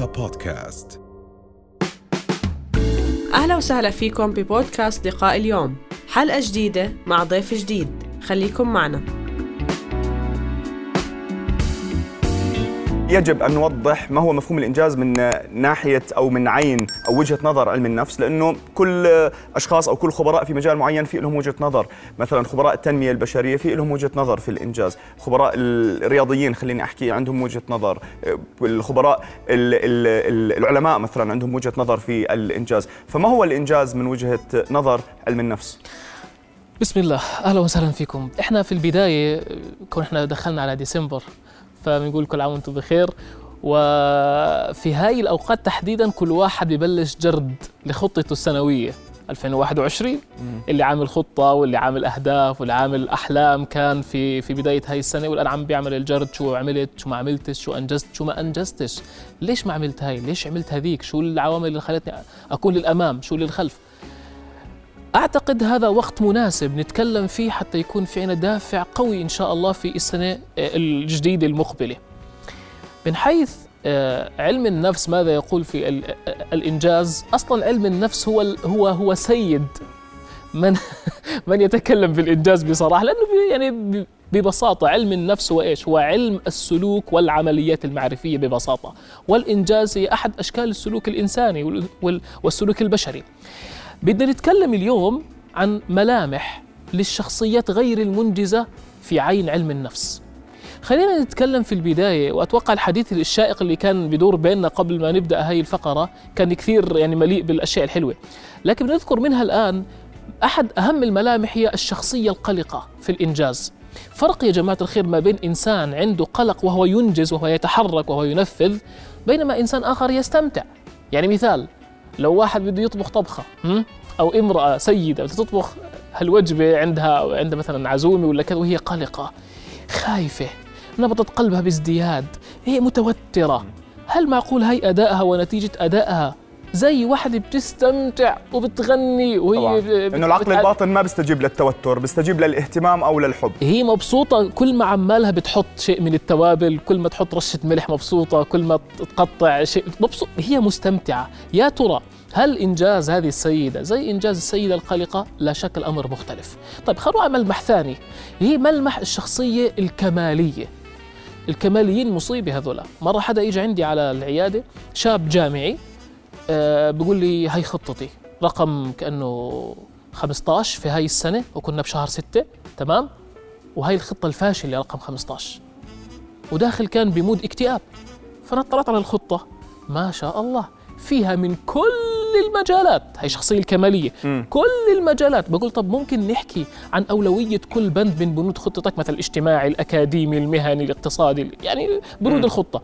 رؤيا بودكاست. أهلا وسهلا فيكم ببودكاست لقاء اليوم، حلقة جديدة مع ضيف جديد، خليكم معنا. يجب أن نوضح ما هو مفهوم الإنجاز من ناحية أو من عين أو وجهة نظر علم النفس، لأنه كل أشخاص أو كل خبراء في مجال معين في لهم وجهة نظر. مثلا خبراء التنمية البشرية في لهم وجهة نظر في الإنجاز، خبراء الرياضيين خليني أحكي عندهم وجهة نظر، الخبراء العلماء مثلا عندهم وجهة نظر في الإنجاز. فما هو الإنجاز من وجهة نظر علم النفس؟ بسم الله، أهلا وسهلا فيكم. إحنا في البداية إحنا دخلنا على ديسمبر، فبنقول كل عام وانتم بخير. وفي هاي الأوقات تحديدا كل واحد ببلش جرد لخطته السنوية 2021. اللي عامل خطة واللي عامل أهداف واللي عامل أحلام كان في بداية هاي السنة، والآن عم بيعمل الجرد، شو عملت، شو ما عملتش، شو أنجزت، شو ما أنجزتش، ليش ما عملت هاي، ليش عملت هذيك، شو العوامل اللي خلتني أكون للأمام، شو للخلف. أعتقد هذا وقت مناسب نتكلم فيه حتى يكون في عنا دافع قوي إن شاء الله في السنة الجديدة المقبلة. من حيث علم النفس ماذا يقول في الإنجاز؟ أصلاً علم النفس هو سيد من يتكلم في الإنجاز بصراحة، لأنه يعني ببساطة علم النفس هو إيش؟ هو علم السلوك والعمليات المعرفية ببساطة، والإنجاز هي أحد أشكال السلوك الإنساني والسلوك البشري. بدنا نتكلم اليوم عن ملامح للشخصيات غير المنجزة في عين علم النفس. خلينا نتكلم في البداية، وأتوقع الحديث الشائق اللي كان بدور بيننا قبل ما نبدأ هاي الفقرة كان كثير يعني مليء بالأشياء الحلوة، لكن بنذكر منها الآن أحد أهم الملامح هي الشخصية القلقة في الإنجاز. فرق يا جماعة الخير ما بين إنسان عنده قلق وهو ينجز وهو يتحرك وهو ينفذ، بينما إنسان آخر يستمتع. يعني مثال، لو واحد بده يطبخ طبخة، أو امرأة سيدة بتطبخ هالوجبة عندها مثلا عزومة ولا كذا، وهي قلقة خايفة، نبضة قلبها بازدياد، هي متوترة، هل معقول هاي أدائها ونتيجة أدائها زي واحدة بتستمتع وبتغني وهي إنه العقل الباطن ما بيستجيب للتوتر، بيستجيب للاهتمام أو للحب. هي مبسوطة كل ما عمالها بتحط شيء من التوابل، كل ما تحط رشة ملح مبسوطة، كل ما تقطع شيء مبسوط، هي مستمتعة. يا ترى هل إنجاز هذه السيدة زي إنجاز السيدة القلقة؟ لا شك الأمر مختلف. طيب خلونا على ملمح ثاني، هي ملمح الشخصية الكمالية. الكماليين مصيبة هذولا. مرة حدا يجي عندي على العيادة شاب جامعي، بيقول لي هاي خطتي رقم كأنه 15 في هاي السنة، وكنا بشهر 6 تمام، وهاي الخطة الفاشلة رقم 15، وداخل كان بمود اكتئاب. فأنا اطلعت على الخطة، ما شاء الله فيها من كل المجالات، هاي شخصية الكمالية، كل المجالات. بقول طب ممكن نحكي عن أولوية كل بند من بنود خطتك، مثلا الاجتماعي، الأكاديمي، المهني، الاقتصادي، يعني بنود الخطة.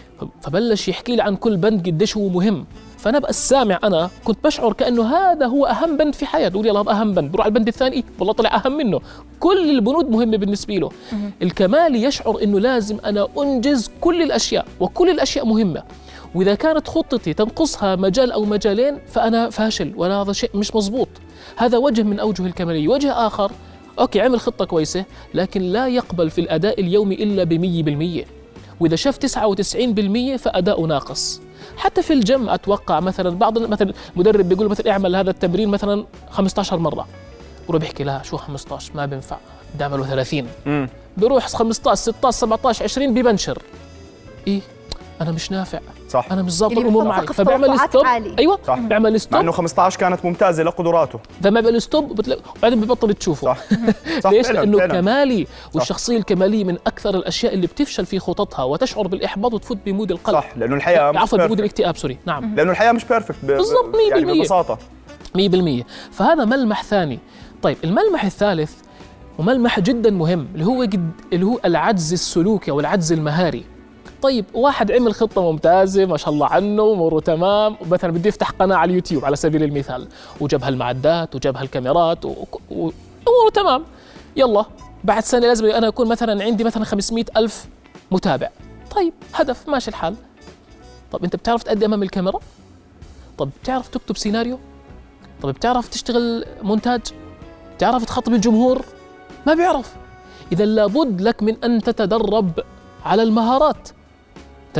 فبلش يحكي لي عن كل بند قديش هو مهم. فأنا بقى السامع أنا كنت بشعر كأنه هذا هو أهم بند في حياته، بقول يلا هذا أهم بند، بروح على البند الثاني والله طلع أهم منه، كل البنود مهمة بالنسبة له. الكمالي يشعر إنه لازم أنا أنجز كل الأشياء، وكل الأشياء مهمة، وإذا كانت خطتي تنقصها مجال أو مجالين فأنا فاشل، وهذا شيء مش مزبوط. هذا وجه من أوجه الكمالية. وجه آخر، أوكي عمل خطة كويسة لكن لا يقبل في الأداء اليومي إلا ب100%، وإذا شاف 99% فأداء ناقص. حتى في الجيم أتوقع مثلا مثلا مدرب بيقول مثلا اعمل هذا التمرين مثلا 15 مرة، وروح بيحكي لا شو 15 ما بينفع، بدي أعمله 30. بيروح 15 16 17 20 ببنشر. إيه أنا مش نافع، صح، أنا مش ظابط الأمور معي، فبيعمل ستوب. أيوة صح. بيعمل ستوب، مع إنه 15 كانت ممتازة لقدراته، فما بيعمل ستوب وبعدين ببطل تشوفه. صح. صح. ليش؟ لأنه كمالي، والشخصية الكمالية من أكثر الأشياء اللي بتفشل في خططها وتشعر بالإحباط وتفوت بمود القلق. صح، لأنه الحياة عفوا بمود الاكتئاب، سوري، نعم، لأنه الحياة مش بيرفكت بالضبط 100%، يعني ببساطة 100%. فهذا ملمح ثاني. طيب الملمح الثالث وملمح جدا مهم اللي هو العجز السلوكي أو العجز المهاري. طيب واحد عمل خطة ممتازة ما شاء الله عنه، أموره تمام، مثلا بده يفتح قناة على اليوتيوب على سبيل المثال، وجاب هالمعدات وجاب هالكاميرات وأموره تمام، يلا بعد سنة لازم أنا أكون مثلا عندي مثلا 500,000 متابع. طيب هدف ماشي الحال. طب أنت بتعرف تأدي أمام الكاميرا؟ طب بتعرف تكتب سيناريو؟ طب بتعرف تشتغل مونتاج؟ بتعرف تخاطب الجمهور؟ ما بيعرف. إذا لابد لك من أن تتدرب على المهارات. تمام؟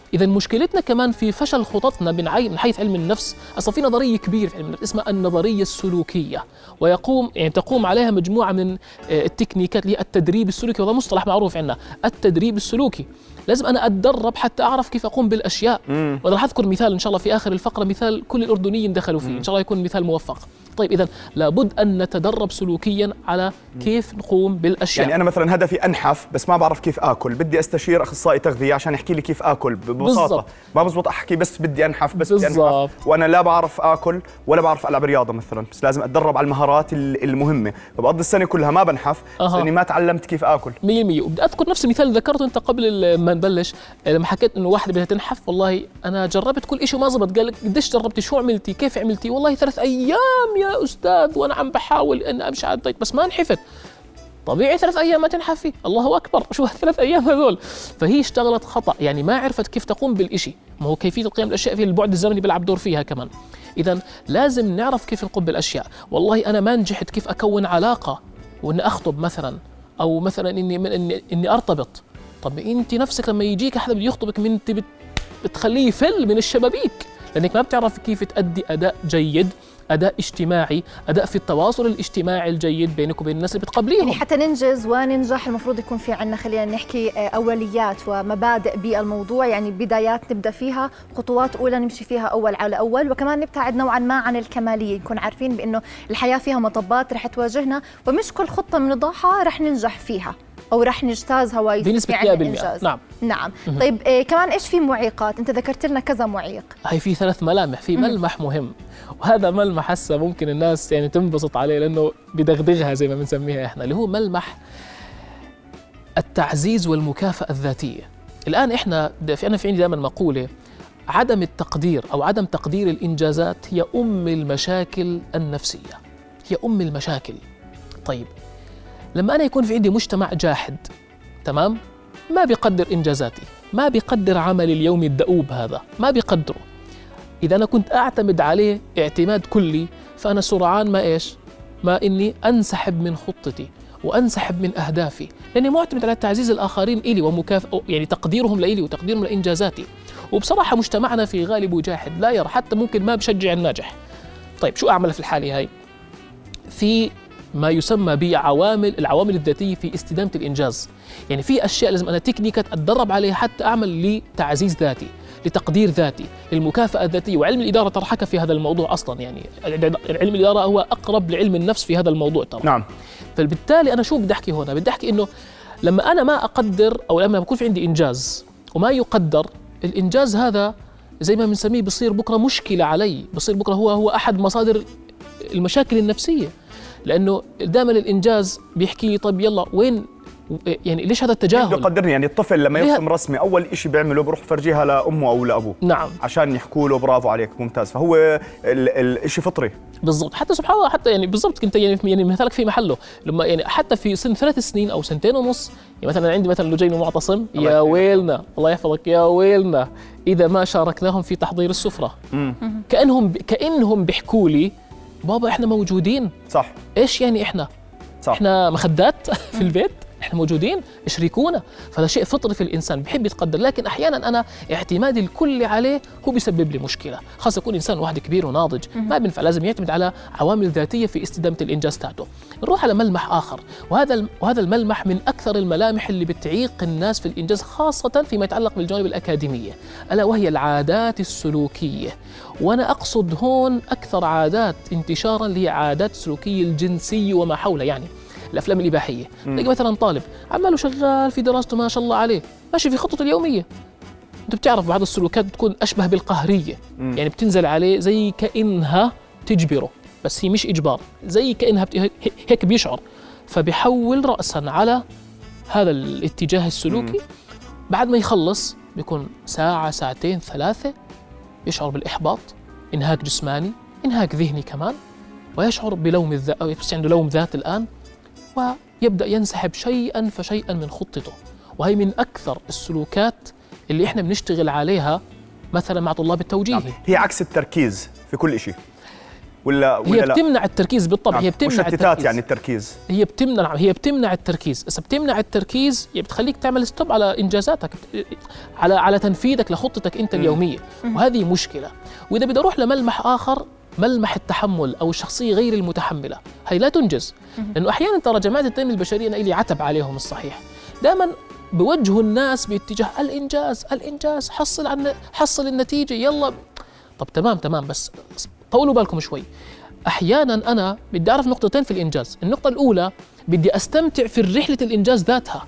إذا مشكلتنا كمان في فشل خططنا من حيث علم النفس. أصلا في نظرية كبيرة في علم النفس اسمها النظرية السلوكية، تقوم عليها مجموعة من التكنيكات اللي هي التدريب السلوكي، وهذا مصطلح معروف عندنا. التدريب السلوكي لازم أنا أتدرب حتى أعرف كيف أقوم بالأشياء. وأنا راح أذكر مثال إن شاء الله في آخر الفقرة، مثال كل الأردنيين دخلوا فيه، إن شاء الله يكون مثال موفق. طيب إذا لابد أن نتدرب سلوكيا على كيف نقوم بالأشياء. يعني أنا مثلا هدفي أنحف بس ما بعرف كيف آكل، بدي أستشير أخصائي تغذية عشان يحكي لي كيف آكل ببساطة. ما بزبط أحكي بس بدي أنحف بس بدي أنحف، وأنا لا بعرف آكل ولا بعرف ألعب رياضة مثلا، بس لازم أتدرب على المهارات المهمة، فبقضي السنة كلها ما بنحف لأني ما تعلمت كيف آكل 100%. وبدي أذكر نفس المثال اللي ذكرته أنت قبل ما نبلش، لما حكيت إنه واحدة بدها تنحف، والله أنا جربت كل شيء وما زبط. قال لك قديش جربتي، شو عملتي، كيف عملتي؟ والله 3 أيام يا أستاذ وأنا عم بحاول إن أمشي على الدايت بس ما نحفت. طبيعي 3 أيام ما تنحفي، الله أكبر شو 3 أيام هذول. فهي اشتغلت خطأ، يعني ما عرفت كيف تقوم بالإشي. ما هو كيفية القيام بالأشياء في البعد الزمني بيلعب دور فيها كمان. إذا لازم نعرف كيف نقوم بالأشياء. والله أنا ما نجحت كيف أكون علاقة وإني أخطب مثلا، أو مثلا إني أرتبط. طب أنت نفسك لما يجيك أحد بده يخطبك أنت بتخليه يفل من الشبابيك، لأنك ما بتعرف كيف تأدي أداء جيد، أداء اجتماعي، أداء في التواصل الاجتماعي الجيد بينك وبين الناس اللي بتقابليهم. يعني حتى ننجز وننجح المفروض يكون في عندنا، خلينا نحكي، أوليات ومبادئ بالموضوع، يعني بدايات نبدأ فيها، خطوات أولى نمشي فيها أول على أول، وكمان نبتعد نوعا ما عن الكمالية، نكون عارفين بأنه الحياة فيها مطبات رح تواجهنا، ومش كل خطة بنضعها رح ننجح فيها أو رح نجتازها بنسبة 100%. نعم. طيب كمان إيش في معيقات؟ أنت ذكرت لنا كذا معيق. هي في 3 ملامح. في ملمح مهم، وهذا ملمح هسه ممكن الناس يعني تنبسط عليه لأنه بدغدغها زي ما بنسميها إحنا، اللي هو ملمح التعزيز والمكافأة الذاتية. الآن إحنا في عندي دائما مقولة: عدم التقدير أو عدم تقدير الإنجازات هي أم المشاكل النفسية، هي أم المشاكل. طيب لما أنا يكون في عندي مجتمع جاحد، تمام، ما بيقدر إنجازاتي، ما بيقدر عملي اليومي الدؤوب هذا، ما بيقدره. إذا أنا كنت أعتمد عليه اعتماد كلي، فأنا سرعان ما إني أنسحب من خطتي وأنسحب من أهدافي، لأني معتمد على تعزيز الآخرين إلي ومكافأة، يعني تقديرهم لإلي وتقديرهم لإنجازاتي. وبصراحة مجتمعنا في غالبه جاحد، لا يرى، حتى ممكن ما بشجع الناجح. طيب شو أعمل في الحالة هاي؟ في ما يسمى العوامل الذاتية في استدامة الإنجاز. يعني في أشياء لازم أنا تكنيكات أتدرب عليها حتى أعمل لتعزيز ذاتي، لتقدير ذاتي، للمكافأة الذاتية. وعلم الإدارة ترحك في هذا الموضوع أصلا، يعني علم الإدارة هو أقرب لعلم النفس في هذا الموضوع طبعا. نعم. فبالتالي أنا شو بدي أحكي هنا؟ بدي أحكي إنه لما أنا ما أقدر، أو لما بكون في عندي إنجاز وما يقدر، الإنجاز هذا زي ما بنسميه بصير بكرة مشكلة علي، بصير بكرة هو أحد مصادر المشاكل النفسية. لأنه دائما الإنجاز بيحكي لي طيب يلا وين، يعني ليش هذا التجاهل؟ يقدرني، يعني الطفل لما يرسم رسمة أول إشي بيعمله بروح فرجيها لأمه أو لأبوه. نعم. عشان يحكوا له برافو عليك ممتاز، فهو الإشي فطري. بالضبط. حتى سبحان الله، حتى يعني بالضبط كنت يعني مثالك في محله، لما يعني حتى في سن 3 سنين أو 2.5 يعني مثلا عندي مثلا لجين ومعتصم، يا ويلنا الله يحفظك، يا ويلنا إذا ما شاركناهم في تحضير السفرة. كأنهم بيحكوا لي بابا إحنا موجودين. صح. إيش يعني إحنا؟ صح. إحنا مخدات في البيت، إحنا موجودين، اشركونا. فهذا شيء فطري في الإنسان، بيحب يتقدر. لكن أحيانا أنا اعتمادي الكلي عليه هو بيسبب لي مشكلة، خاصة يكون إنسان واحد كبير وناضج، ما بينفع، لازم يعتمد على عوامل ذاتية في استدامة الإنجاز تاعته. نروح على ملمح آخر، وهذا الملمح من أكثر الملامح اللي بتعيق الناس في الإنجاز، خاصة فيما يتعلق بالجوانب الأكاديمية، ألا وهي العادات السلوكية. وأنا أقصد هون أكثر عادات انتشاراً اللي هي عادات السلوكية الجنسية وما حولها. يعني الأفلام الإباحية، تلاقي مثلا طالب عماله شغال في دراسته ما شاء الله عليه، ماشي في خطته اليومية، أنت بتعرف بعض السلوكات بتكون أشبه بالقهرية، يعني بتنزل عليه زي كأنها تجبره، بس هي مش إجبار، زي كأنها هيك بيشعر، فبيحول رأسا على هذا الاتجاه السلوكي. بعد ما يخلص بيكون ساعة، ساعتين، 3 يشعر بالإحباط، إنهاك جسماني، إنهاك ذهني كمان، ويشعر بلوم الذات، بس عنده لوم ذات الآن، ويبدأ ينسحب شيئاً فشيئاً من خطته. وهي من أكثر السلوكات اللي إحنا بنشتغل عليها مثلاً مع طلاب التوجيه. هي عكس التركيز في كل شيء. ولا هي لا؟ بتمنع التركيز بالطبع. نعم. هي بتمنع مشتتات التركيز. يعني التركيز هي بتمنع التركيز. إذا بتمنع التركيز هي بتخليك تعمل ستوب على إنجازاتك، على تنفيذك لخطتك أنت اليومية، وهذه مشكلة. وإذا بدي أروح لملمح آخر، ملمح التحمل أو الشخصية غير المتحملة، هي لا تنجز. لأنه أحيانا ترى جماعة التنمية البشرية أنا إلي عتب عليهم الصحيح، دائما بوجهوا الناس باتجاه الإنجاز، حصل النتيجة يلا. طب تمام، بس طولوا بالكم شوي. أحيانا أنا بدي أعرف نقطتين في الإنجاز. النقطة الأولى بدي أستمتع في رحلة الإنجاز ذاتها.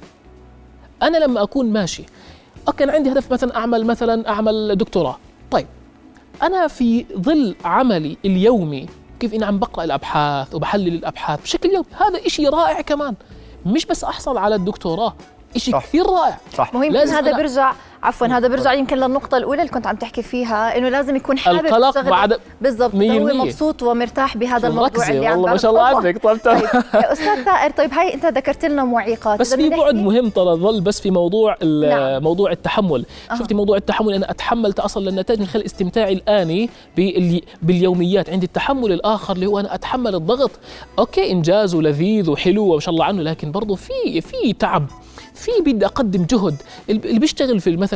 أنا لما أكون ماشي كان عندي هدف مثلا أعمل دكتوراه، طيب أنا في ظل عملي اليومي كيف إني عم بقرأ الأبحاث وبحلل الأبحاث بشكل يومي، هذا إشي رائع كمان، مش بس أحصل على الدكتوراه، إشي كثير رائع. صح. مهم. هذا برجع هذا برجع يمكن للنقطة الأولى اللي كنت عم تحكي فيها، إنه لازم يكون حابب القلق بعد بالضبط، هو مبسوط ومرتاح بهذا الموضوع اللي عم والله ما شاء الله عنك. طيب أستاذ ثائر، طيب هاي أنت ذكرت لنا معيقات، بس في بعد مهم ترى ظل بس في موضوع موضوع التحمل. شفتي موضوع التحمل، أنا أتحمل أصل للنتائج من خلال استمتاعي الآني باليوميات. عندي التحمل الآخر اللي هو أنا أتحمل الضغط. أوكي إنجاز ولذيذ وحلو وما شاء الله عنه، لكن برضو في تعب، في بدي أقدم جهد. اللي بيشتغل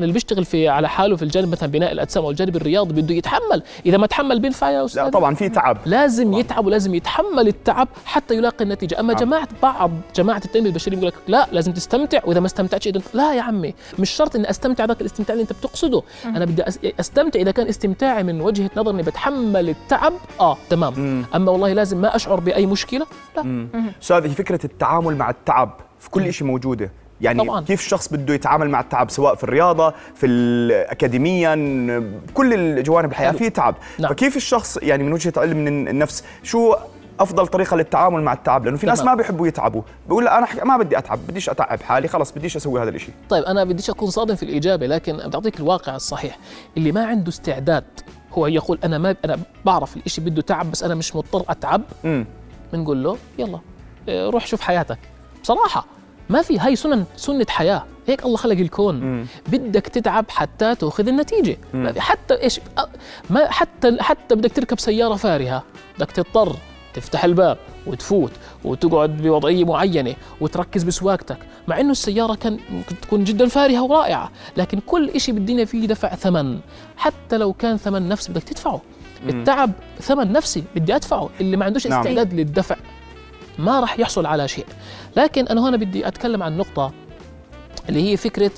في على حاله في الجانب مثلا بناء الأجسام أو الجانب الرياضي بده يتحمل. إذا ما تحمل بينفع يا أستاذ؟ لا طبعا في تعب، لازم يتعب ولازم يتحمل التعب حتى يلاقي النتيجة. أما بعض جماعة التنمية البشرية بيقول لك لا لازم تستمتع، وإذا ما استمتعتش لا يا عمي، مش شرط إني أستمتع ذاك الاستمتاع اللي أنت بتقصده. أنا بدي أستمتع إذا كان استمتاعي من وجهة نظر إني بتحمل التعب تمام. أما والله لازم ما أشعر بأي مشكلة، لا. أستاذ، هي فكرة التعامل مع التعب في كل شيء موجودة، يعني طبعاً. كيف الشخص بده يتعامل مع التعب سواء في الرياضة، في أكاديميا، بكل الجوانب الحياة في تعب. نعم. فكيف الشخص يعني من وجهة علم النفس شو أفضل طريقة للتعامل مع التعب؟ لأنه في ناس ما بيحبوا يتعبوا، بيقول لا أنا ما بدي أتعب، بديش أتعب حالي، خلاص بديش أسوي هذا الإشي. طيب أنا بديش أكون صادم في الإجابة، لكن بدي أعطيك الواقع الصحيح. اللي ما عنده استعداد هو يقول أنا بعرف الإشي بده تعب بس أنا مش مضطر أتعب، بنقول له يلا روح شوف حياتك. بصراحة ما في، هاي سنة حياة، هيك الله خلق الكون. بدك تتعب حتى تأخذ النتيجة. حتى إيش، ما حتى بدك تركب سيارة فارهة بدك تضطر تفتح الباب وتفوت وتقعد بوضعية معينة وتركز بسواقتك، مع إنه السيارة كان ممكن تكون جدا فارهة ورائعة، لكن كل إشي بالدنيا فيه دفع ثمن، حتى لو كان ثمن نفسي بدك تدفعه. التعب ثمن نفسي بدي أدفعه. اللي ما عندوش استعداد للدفع ما راح يحصل على شيء. لكن أنا هنا بدي أتكلم عن نقطة اللي هي فكرة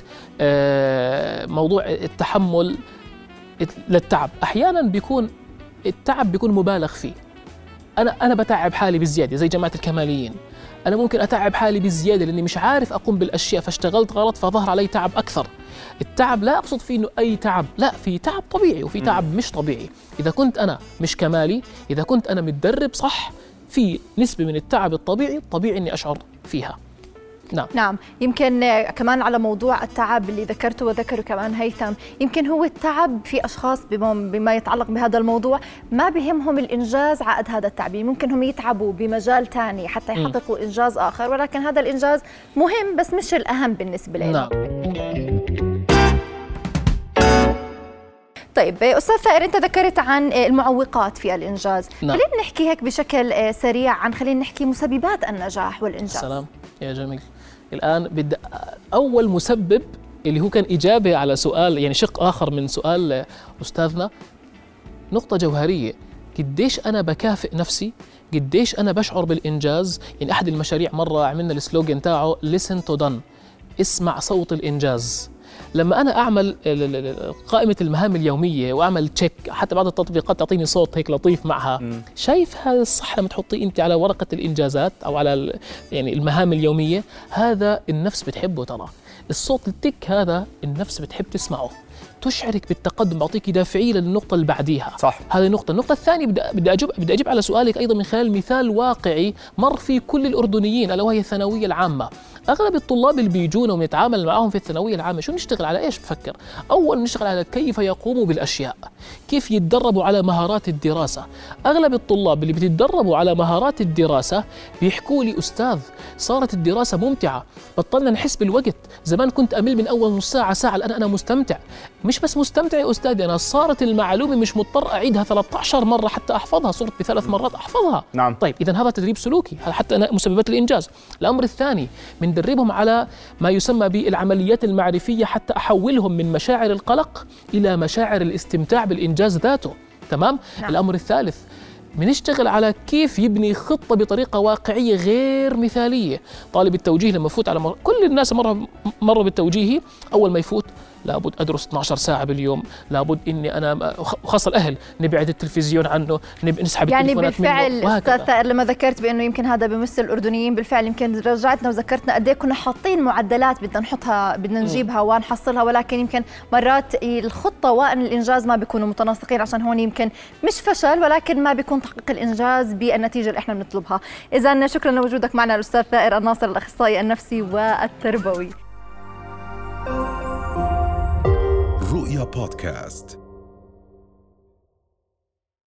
موضوع التحمل للتعب. أحيانا بيكون التعب بيكون مبالغ فيه. أنا بتعب حالي بزيادة زي جماعة الكماليين. أنا ممكن أتعب حالي بزيادة لأني مش عارف أقوم بالأشياء فاشتغلت غلط فظهر علي تعب أكثر. التعب لا أقصد فيه إنه أي تعب، لا، في تعب طبيعي وفي تعب مش طبيعي. إذا كنت أنا مش كمالي، إذا كنت أنا متدرب صح، في نسبة من التعب الطبيعي إني أشعر فيها. نعم. يمكن كمان على موضوع التعب اللي ذكرته وذكره كمان هيثم، يمكن هو التعب في أشخاص بما يتعلق بهذا الموضوع ما بهمهم الإنجاز عقد هذا التعب، ممكن هم يتعبوا بمجال تاني حتى يحققوا إنجاز آخر، ولكن هذا الإنجاز مهم بس مش الأهم بالنسبة لهم. نعم. طيب أستاذ ثائر، أنت ذكرت عن المعوقات في الإنجاز. خلينا نحكي هيك بشكل سريع عن خلينا نحكي مسببات النجاح والإنجاز. السلام يا جميل. الآن بدي أول مسبب اللي هو كان إجابة على سؤال، يعني شق آخر من سؤال أستاذنا، نقطة جوهرية. قديش أنا بكافئ نفسي، قديش أنا بشعر بالإنجاز. يعني أحد المشاريع مرة عملنا السلوغن تاعه listen to done، اسمع صوت الإنجاز. لما أنا أعمل قائمة المهام اليومية وأعمل تشيك، حتى بعض التطبيقات تعطيني صوت هيك لطيف معها. شايف هذا الصح لما تحطيه أنت على ورقة الإنجازات أو على يعني المهام اليومية، هذا النفس بتحبه. ترى الصوت التك هذا النفس بتحب تسمعه، تشعرك بالتقدم، بعطيك دافعية للنقطة اللي بعديها. صح. هذه النقطة الثانية بدي أجيب على سؤالك أيضا من خلال مثال واقعي مر في كل الأردنيين، ألا وهي الثانوية العامة. أغلب الطلاب اللي بيجونا ونتعامل معهم في الثانوية العامة شو نشتغل على إيش بفكر؟ أول نشتغل على كيف يقوموا بالأشياء، كيف يتدربوا على مهارات الدراسة. أغلب الطلاب اللي بيتدربوا على مهارات الدراسة بيحكوا لي أستاذ صارت الدراسة ممتعة، بطلنا نحس بالوقت، زمان كنت أمل من أول نص ساعة الآن أنا مستمتع. مش بس مستمتع يا أستاذي، أنا صارت المعلومة مش مضطر أعيدها 13 مرة حتى أحفظها، صرت ب3 مرات أحفظها. نعم. طيب إذا هذا تدريب سلوكي، هذا حتى مسببات الإنجاز. الأمر الثاني بندربهم على ما يسمى بالعمليات المعرفية حتى أحولهم من مشاعر القلق إلى مشاعر الاستمتاع بالإنجاز ذاته. تمام؟ نعم. الأمر الثالث بنشتغل على كيف يبني خطة بطريقة واقعية غير مثالية. طالب التوجيه لما يفوت على كل الناس مرة بالتوجيهي، أول ما يفوت لابد أدرس 12 ساعة باليوم، لابد إني أنا خاصة الأهل نبعد التلفزيون عنه، نسحب يعني التليفونات منه. يعني بالفعل أستاذ ثائر لما ذكرت بأنه يمكن هذا بيمثل الأردنيين، بالفعل يمكن رجعتنا وذكرتنا قد ايه كنا حاطين معدلات بدنا نحطها بدنا نجيبها ونحصلها، ولكن يمكن مرات الخطة والإنجاز ما بيكونوا متناسقين، عشان هون يمكن مش فشل ولكن ما بيكون تحقيق الإنجاز بالنتيجة اللي احنا بنطلبها. إذا شكرا لوجودك معنا الأستاذ ثائر الناصر، الأخصائي النفسي والتربوي. رؤيا بودكاست.